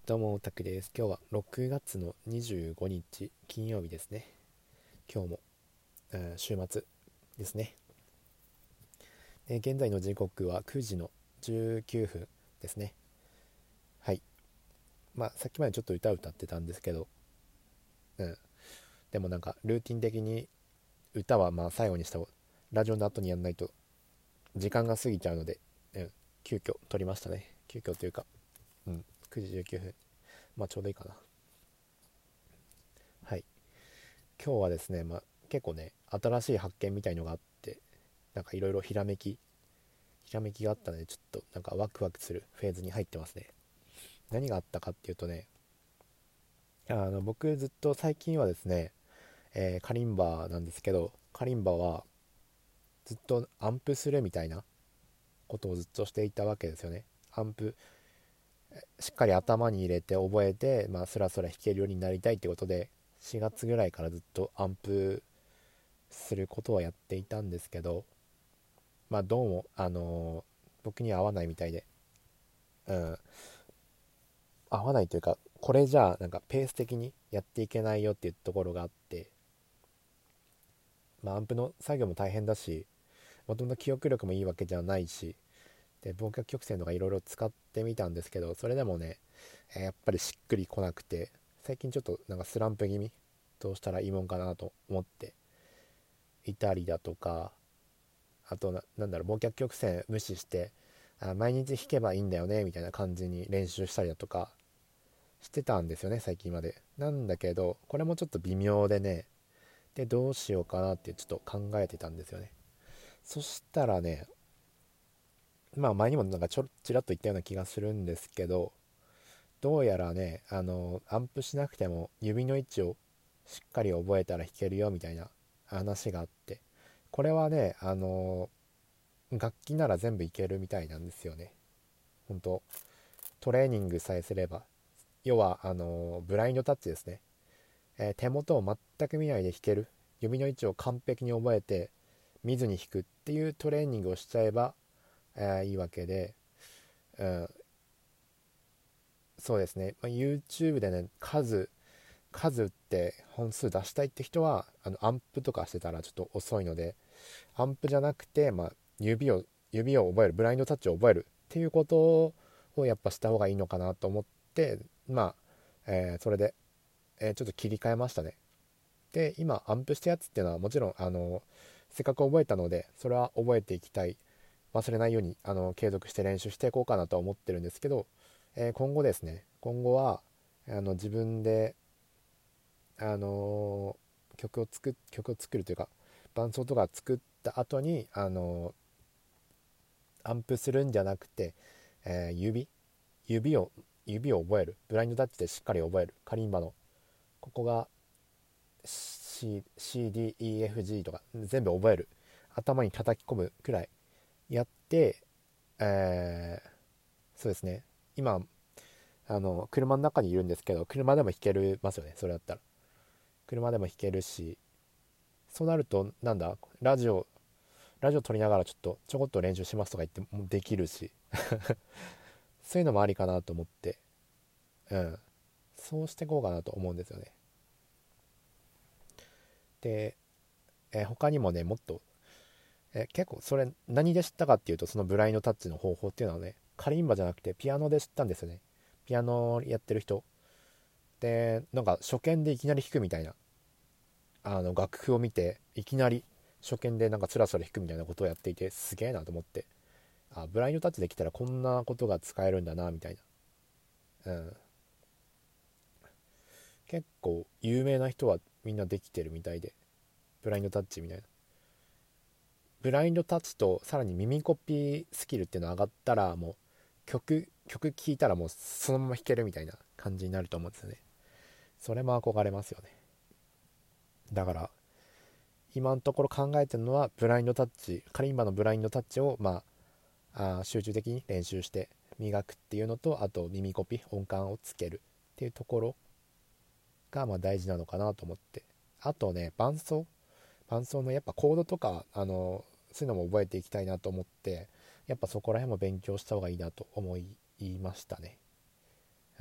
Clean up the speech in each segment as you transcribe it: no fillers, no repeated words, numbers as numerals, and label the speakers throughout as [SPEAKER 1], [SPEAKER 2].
[SPEAKER 1] どうも、オタクです。今日は6月の25日金曜日ですね。今日も、週末ですね。現在の時刻は9時の19分ですね。はい。さっきまでちょっと歌を歌ってたんですけど、うん。でもなんか、ルーティン的に歌は最後にした方、ラジオの後にやんないと時間が過ぎちゃうので、急遽撮りましたね。急遽というか、9時19分。ちょうどいいかな。はい。今日はですね、結構ね、新しい発見みたいのがあって、なんかいろいろひらめきがあったので、ちょっとなんかワクワクするフェーズに入ってますね。何があったかっていうとね、僕ずっと最近はですね、カリンバなんですけど、カリンバはずっとアンプするみたいなことをずっとしていたわけですよね。アンプしっかり頭に入れて覚えて、スラスラ弾けるようになりたいってことで、4月ぐらいからずっとアンプすることをやっていたんですけど、どうも僕には合わないみたいで、うん、合わないというか、これじゃあなんかペース的にやっていけないよっていうところがあって、アンプの作業も大変だし、もともと記憶力もいいわけじゃないし、で忘却曲線とかいろいろ使ってみたんですけど、それでもね、やっぱりしっくりこなくて、最近ちょっとなんかスランプ気味、どうしたらいいもんかなと思っていたりだとか、あとなんだろう、忘却曲線無視して、毎日弾けばいいんだよねみたいな感じに練習したりだとかしてたんですよね、最近まで。なんだけど、これもちょっと微妙でね、でどうしようかなってちょっと考えてたんですよね。そしたらね、前にもなんかちらっと言ったような気がするんですけど、どうやらね、アンプしなくても指の位置をしっかり覚えたら弾けるよみたいな話があって、これはね、楽器なら全部いけるみたいなんですよね。本当トレーニングさえすれば、要はブラインドタッチですね。手元を全く見ないで弾ける、指の位置を完璧に覚えて見ずに弾くっていうトレーニングをしちゃえば、いいわけで、うん、そうですね、YouTube でね、数打って本数出したいって人はアンプとかしてたらちょっと遅いので、アンプじゃなくて、指を覚える、ブラインドタッチを覚えるっていうことをやっぱした方がいいのかなと思って、それで、ちょっと切り替えましたね。で今アンプしたやつっていうのはもちろんせっかく覚えたので、それは覚えていきたい、忘れないように継続して練習していこうかなとは思ってるんですけど、今後ですね、今後は自分で曲を作るというか、伴奏とか作った後にアンプするんじゃなくて、えー指指を指を覚える、ブラインドタッチでしっかり覚える、カリンバのここが CDEFG とか全部覚える、頭に叩き込むくらいやって、そうですね、今車の中にいるんですけど、車でも弾けますよね、それだったら。車でも弾けるし、そうなるとラジオ撮りながらちょこっと練習しますとか言ってもできるし、そういうのもありかなと思って、そうしていこうかなと思うんですよね。で、他にもね、もっと、結構それ何で知ったかっていうと、そのブラインドタッチの方法っていうのはね、カリンバじゃなくてピアノで知ったんですよね。ピアノやってる人で、なんか初見でいきなり弾くみたいな、楽譜を見ていきなり初見でなんかスラスラ弾くみたいなことをやっていて、すげえなと思って、ブラインドタッチできたらこんなことが使えるんだなみたいな、結構有名な人はみんなできてるみたいで、ブラインドタッチみたいな、ブラインドタッチとさらに耳コピースキルっていうの上がったら、もう曲聴いたらもうそのまま弾けるみたいな感じになると思うんですよね。それも憧れますよね。だから今のところ考えてるのは、ブラインドタッチ、カリンバのブラインドタッチを集中的に練習して磨くっていうのと、あと耳コピ音感をつけるっていうところが大事なのかなと思って、あとね、伴奏のやっぱコードとかそういうのも覚えていきたいなと思って、やっぱそこら辺も勉強した方がいいなと思いましたね。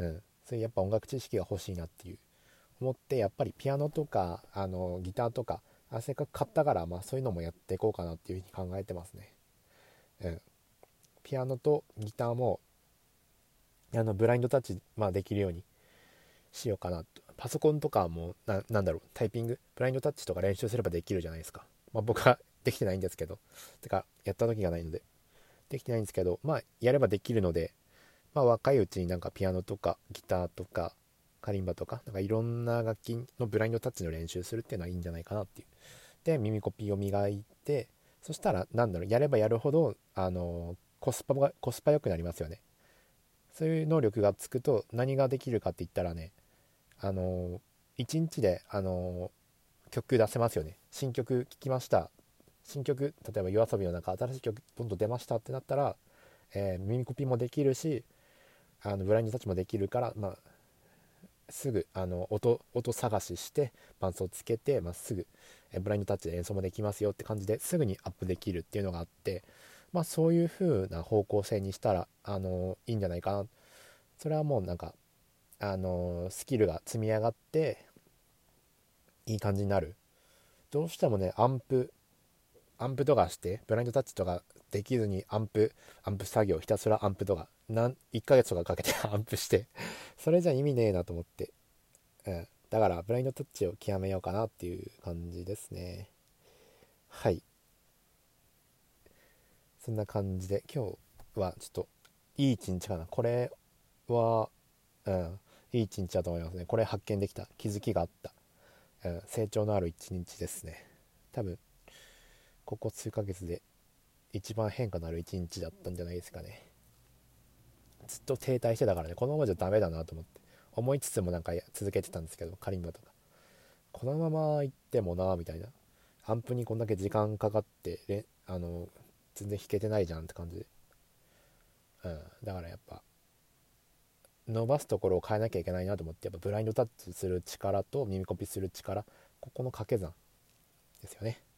[SPEAKER 1] そういうやっぱ音楽知識が欲しいなっていう思って、やっぱりピアノとかギターとかせっかく買ったから、そういうのもやっていこうかなっていうふうに考えてますね。うん、ピアノとギターもブラインドタッチ、できるようにしようかなと。パソコンとかもなんだろう、タイピングブラインドタッチとか練習すればできるじゃないですか。僕はできてないんですけど、てかやった時がないのでできてないんですけど、やればできるので、若いうちになんかピアノとかギターとかカリンバとか、なんかいろんな楽器のブラインドタッチの練習するっていうのはいいんじゃないかなっていう。で、耳コピーを磨いて、そしたらやればやるほどコスパ良くなりますよね。そういう能力がつくと何ができるかって言ったらね、1日で曲出せますよね。新曲聴きました、新曲例えば YOASOBI の新しい曲どんどん出ましたってなったら、耳コピーもできるしブラインドタッチもできるから、すぐ音探しして伴奏つけて、すぐブラインドタッチで演奏もできますよって感じですぐにアップできるっていうのがあって、そういう風な方向性にしたらいいんじゃないかな。それはもうスキルが積み上がっていい感じになる。どうしてもねアンプとかしてブラインドタッチとかできずにアンプ作業ひたすらアンプとか1ヶ月とかかけてアンプしてそれじゃ意味ねえなと思って、だからブラインドタッチを極めようかなっていう感じですね。はい、そんな感じで今日はちょっといい一日かな。これはいい一日だと思いますね。これ発見できた、気づきがあった、成長のある一日ですね。多分ここ数ヶ月で一番変化のある一日だったんじゃないですかね。ずっと停滞してたからね、このままじゃダメだなと思って思いつつも続けてたんですけど、カリンバとかこのまま行ってもなみたいな、アンプにこんだけ時間かかって全然弾けてないじゃんって感じで、だからやっぱ伸ばすところを変えなきゃいけないなと思って、やっぱブラインドタッチする力と耳コピする力、ここの掛け算ですよね。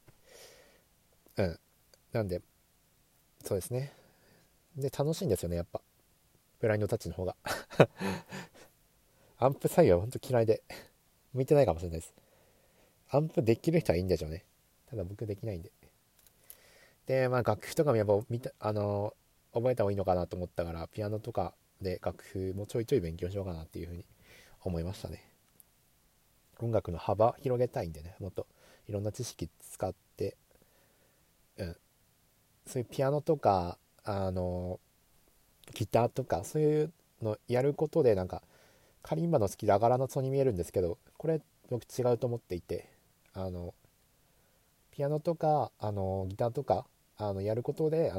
[SPEAKER 1] なんでそうですね。で楽しいんですよね、やっぱブラインドタッチの方がアンプ作業ほんと嫌いで向いてないかもしれないです。アンプできる人はいいんでしょうね。ただ僕できないんで。で楽譜とかもやっぱ覚えた方がいいのかなと思ったから、ピアノとかで楽譜もちょいちょい勉強しようかなっていうふうに思いましたね。音楽の幅広げたいんでね、もっといろんな知識使って、そういうピアノとかギターとかそういうのやることでカリンバのスキル上がらなそうに見えるんですけど、これ僕違うと思っていて、あのピアノとかギターとかやることで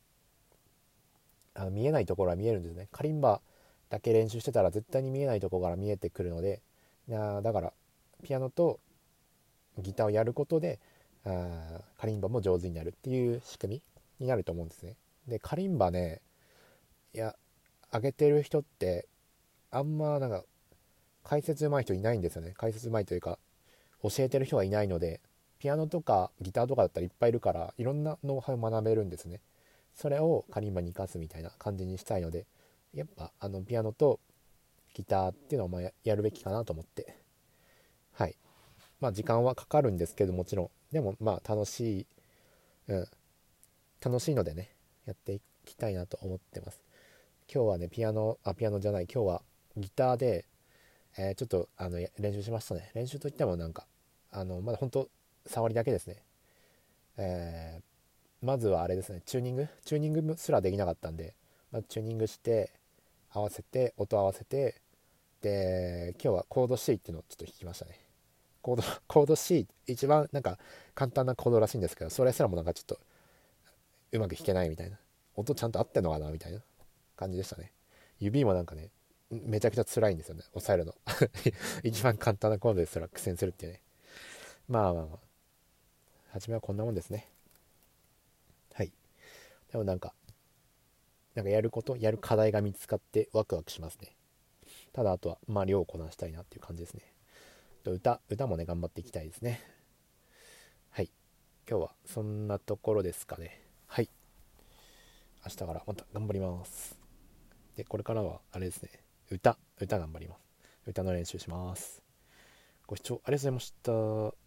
[SPEAKER 1] 見えないところは見えるんですね。カリンバだけ練習してたら絶対に見えないところから見えてくるので、だからピアノとギターをやることでカリンバも上手になるっていう仕組みになると思うんですね。でカリンバね、いや上げてる人ってあんま解説上手い人いないんですよね。解説上手いというか教えてる人がいないので、ピアノとかギターとかだったらいっぱいいるからいろんなノウハウを学べるんですね。それをカリンバに生かすみたいな感じにしたいので、やっぱピアノとギターっていうのをやるべきかなと思って、はい、時間はかかるんですけどもちろん、でも楽しい、うん、楽しいのでね、やっていきたいなと思ってます。今日はねピアノじゃない、今日はギターで、ちょっと練習しましたね。練習といってもまだ本当触りだけですね。まずはあれですね、チューニングすらできなかったんで、チューニングして音合わせて、で今日はコード C っていうのをちょっと弾きましたね。コード C 一番簡単なコードらしいんですけど、それすらもちょっとうまく弾けないみたいな、音ちゃんと合ってんのかなみたいな感じでしたね。指もねめちゃくちゃ辛いんですよね、押さえるの一番簡単なコードですら苦戦するっていうね。初めはこんなもんですね。はい。でもやる課題が見つかってワクワクしますね。ただあとは量をこなしたいなっていう感じですね。歌もね頑張っていきたいですね。はい、今日はそんなところですかね。はい、明日からまた頑張ります。でこれからはあれですね、 歌頑張ります。歌の練習します。ご視聴ありがとうございました。